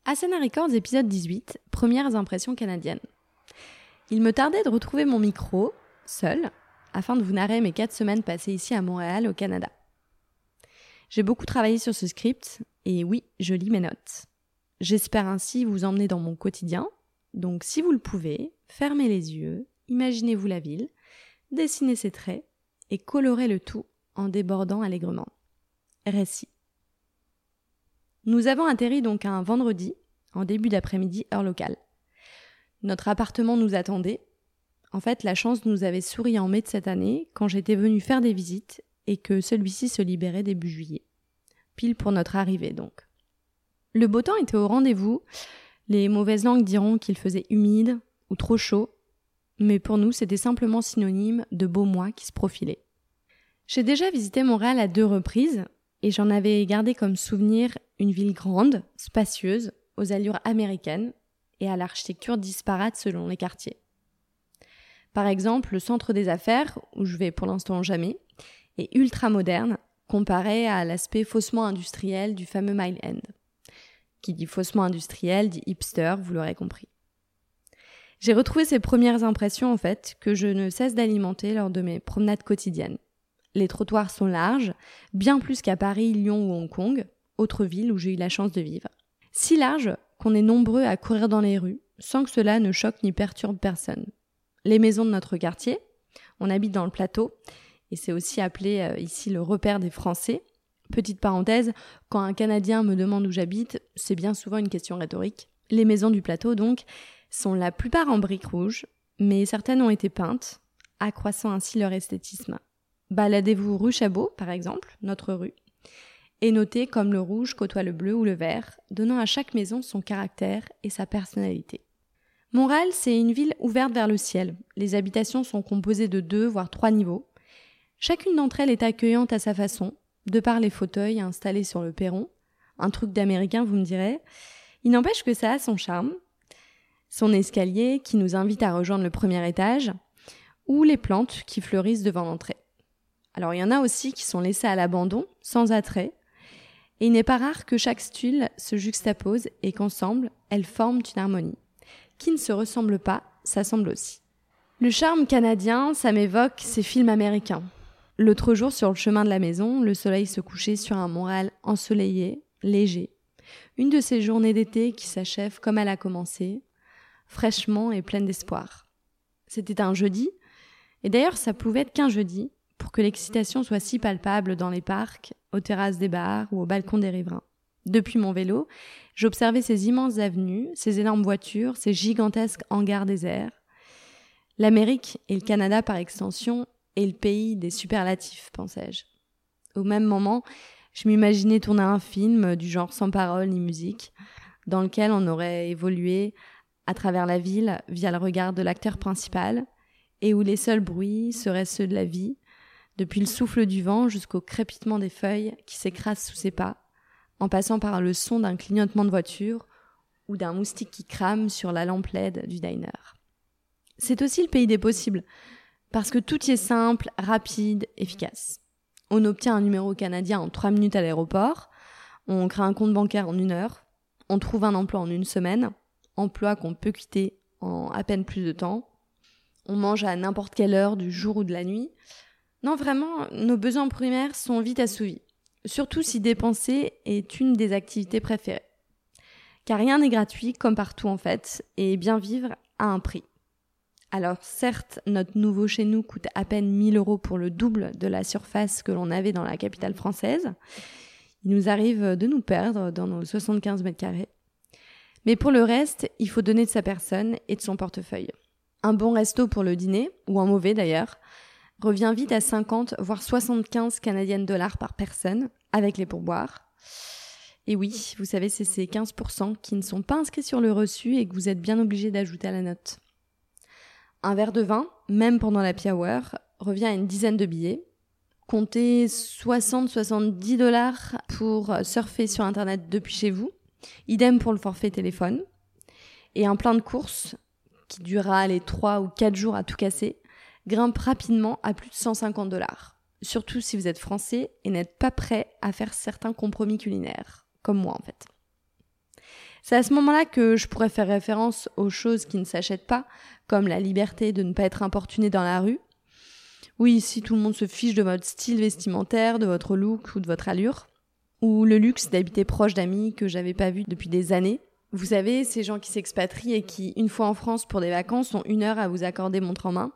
Asana Records, épisode 18, premières impressions canadiennes. Il me tardait de retrouver mon micro, seul, afin de vous narrer mes 4 semaines passées ici à Montréal, au Canada. J'ai beaucoup travaillé sur ce script, et oui, je lis mes notes. J'espère ainsi vous emmener dans mon quotidien, donc si vous le pouvez, fermez les yeux, imaginez-vous la ville, dessinez ses traits, et colorez le tout en débordant allègrement. Récit. Nous avons atterri donc un vendredi, en début d'après-midi, heure locale. Notre appartement nous attendait. En fait, la chance nous avait souri en mai de cette année, quand j'étais venue faire des visites et que celui-ci se libérait début juillet. Pile pour notre arrivée donc. Le beau temps était au rendez-vous. Les mauvaises langues diront qu'il faisait humide ou trop chaud, mais pour nous, c'était simplement synonyme de beau mois qui se profilait. J'ai déjà visité Montréal à 2 reprises, et j'en avais gardé comme souvenir une ville grande, spacieuse, aux allures américaines et à l'architecture disparate selon les quartiers. Par exemple, le centre des affaires, où je vais pour l'instant jamais, est ultra moderne comparé à l'aspect faussement industriel du fameux Mile End. Qui dit faussement industriel dit hipster, vous l'aurez compris. J'ai retrouvé ces premières impressions en fait que je ne cesse d'alimenter lors de mes promenades quotidiennes. Les trottoirs sont larges, bien plus qu'à Paris, Lyon ou Hong Kong, autre ville où j'ai eu la chance de vivre. Si larges qu'on est nombreux à courir dans les rues, sans que cela ne choque ni perturbe personne. Les maisons de notre quartier, on habite dans le plateau, et c'est aussi appelé ici le repère des Français. Petite parenthèse, quand un Canadien me demande où j'habite, c'est bien souvent une question rhétorique. Les maisons du plateau, donc, sont la plupart en briques rouges, mais certaines ont été peintes, accroissant ainsi leur esthétisme. Baladez-vous rue Chabot, par exemple, notre rue, et notez comme le rouge côtoie le bleu ou le vert, donnant à chaque maison son caractère et sa personnalité. Montréal, c'est une ville ouverte vers le ciel. Les habitations sont composées de 2 voire 3 niveaux. Chacune d'entre elles est accueillante à sa façon, de par les fauteuils installés sur le perron. Un truc d'américain, vous me direz. Il n'empêche que ça a son charme. Son escalier qui nous invite à rejoindre le premier étage, ou les plantes qui fleurissent devant l'entrée. Alors il y en a aussi qui sont laissées à l'abandon, sans attrait, et il n'est pas rare que chaque style se juxtapose et qu'ensemble, elles forment une harmonie. Qui ne se ressemble pas, s'assemble aussi. Le charme canadien, ça m'évoque ces films américains. L'autre jour, sur le chemin de la maison, le soleil se couchait sur un Montréal ensoleillé, léger. Une de ces journées d'été qui s'achèvent comme elle a commencé, fraîchement et pleine d'espoir. C'était un jeudi, et d'ailleurs ça pouvait être qu'un jeudi, pour que l'excitation soit si palpable dans les parcs, aux terrasses des bars ou au balcon des riverains. Depuis mon vélo, j'observais ces immenses avenues, ces énormes voitures, ces gigantesques hangars déserts. L'Amérique et le Canada par extension est le pays des superlatifs, pensais-je. Au même moment, je m'imaginais tourner un film du genre sans parole ni musique, dans lequel on aurait évolué à travers la ville via le regard de l'acteur principal, et où les seuls bruits seraient ceux de la vie, depuis le souffle du vent jusqu'au crépitement des feuilles qui s'écrasent sous ses pas, en passant par le son d'un clignotement de voiture ou d'un moustique qui crame sur la lampe LED du diner. C'est aussi le pays des possibles, parce que tout y est simple, rapide, efficace. On obtient un numéro canadien en 3 minutes à l'aéroport, on crée un compte bancaire en 1 heure, on trouve un emploi en 1 semaine, emploi qu'on peut quitter en à peine plus de temps, on mange à n'importe quelle heure du jour ou de la nuit. Non, vraiment, nos besoins primaires sont vite assouvis. Surtout si dépenser est une des activités préférées. Car rien n'est gratuit, comme partout en fait, et bien vivre a un prix. Alors certes, notre nouveau chez nous coûte à peine 1 000 € pour le double de la surface que l'on avait dans la capitale française. Il nous arrive de nous perdre dans nos 75 mètres carrés. Mais pour le reste, il faut donner de sa personne et de son portefeuille. Un bon resto pour le dîner, ou un mauvais d'ailleurs, revient vite à 50 voire 75 Canadian dollars par personne, avec les pourboires. Et oui, vous savez, c'est ces 15% qui ne sont pas inscrits sur le reçu et que vous êtes bien obligé d'ajouter à la note. Un verre de vin, même pendant l'happy hour, revient à une dizaine de billets. Comptez 60-70 $ pour surfer sur Internet depuis chez vous. Idem pour le forfait téléphone. Et un plein de courses, qui durera les 3 ou 4 jours à tout casser, grimpe rapidement à plus de 150 $. Surtout si vous êtes français et n'êtes pas prêt à faire certains compromis culinaires, comme moi en fait. C'est à ce moment-là que je pourrais faire référence aux choses qui ne s'achètent pas, comme la liberté de ne pas être importuné dans la rue. Oui, ici tout le monde se fiche de votre style vestimentaire, de votre look ou de votre allure. Ou le luxe d'habiter proche d'amis que j'avais pas vus depuis des années. Vous savez, ces gens qui s'expatrient et qui, une fois en France pour des vacances, ont 1 heure à vous accorder montre en main.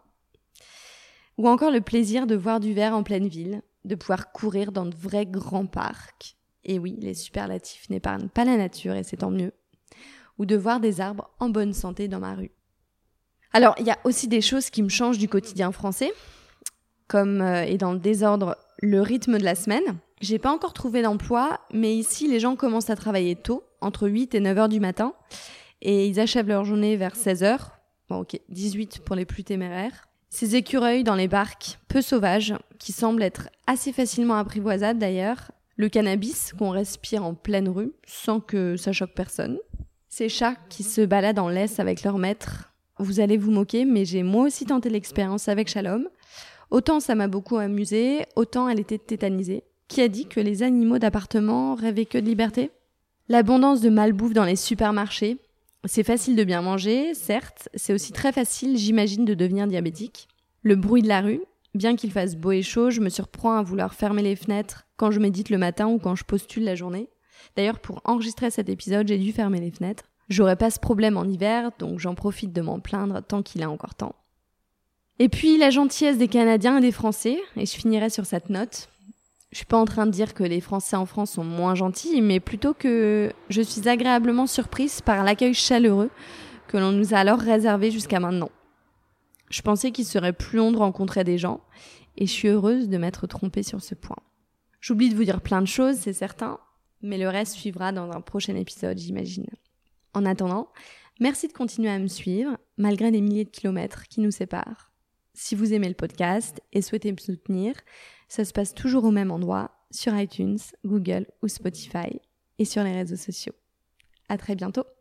Ou encore le plaisir de voir du vert en pleine ville, de pouvoir courir dans de vrais grands parcs. Et oui, les superlatifs n'épargnent pas la nature et c'est tant mieux. Ou de voir des arbres en bonne santé dans ma rue. Alors, il y a aussi des choses qui me changent du quotidien français, comme, et dans le désordre, le rythme de la semaine. J'ai pas encore trouvé d'emploi, mais ici, les gens commencent à travailler tôt, entre 8 et 9 heures du matin, et ils achèvent leur journée vers 16 heures. Bon, ok, 18 pour les plus téméraires. Ces écureuils dans les barques, peu sauvages, qui semblent être assez facilement apprivoisables d'ailleurs. Le cannabis qu'on respire en pleine rue, sans que ça choque personne. Ces chats qui se baladent en laisse avec leur maître. Vous allez vous moquer, mais j'ai moi aussi tenté l'expérience avec Shalom. Autant ça m'a beaucoup amusé, autant elle était tétanisée. Qui a dit que les animaux d'appartement rêvaient que de liberté ? L'abondance de malbouffe dans les supermarchés. C'est facile de bien manger, certes. C'est aussi très facile, j'imagine, de devenir diabétique. Le bruit de la rue. Bien qu'il fasse beau et chaud, je me surprends à vouloir fermer les fenêtres quand je médite le matin ou quand je postule la journée. D'ailleurs, pour enregistrer cet épisode, j'ai dû fermer les fenêtres. J'aurais pas ce problème en hiver, donc j'en profite de m'en plaindre tant qu'il a encore temps. Et puis, la gentillesse des Canadiens et des Français, et je finirai sur cette note. Je suis pas en train de dire que les Français en France sont moins gentils, mais plutôt que je suis agréablement surprise par l'accueil chaleureux que l'on nous a alors réservé jusqu'à maintenant. Je pensais qu'il serait plus long de rencontrer des gens, et je suis heureuse de m'être trompée sur ce point. J'oublie de vous dire plein de choses, c'est certain, mais le reste suivra dans un prochain épisode, j'imagine. En attendant, merci de continuer à me suivre, malgré les milliers de kilomètres qui nous séparent. Si vous aimez le podcast et souhaitez me soutenir, ça se passe toujours au même endroit, sur iTunes, Google ou Spotify, et sur les réseaux sociaux. À très bientôt!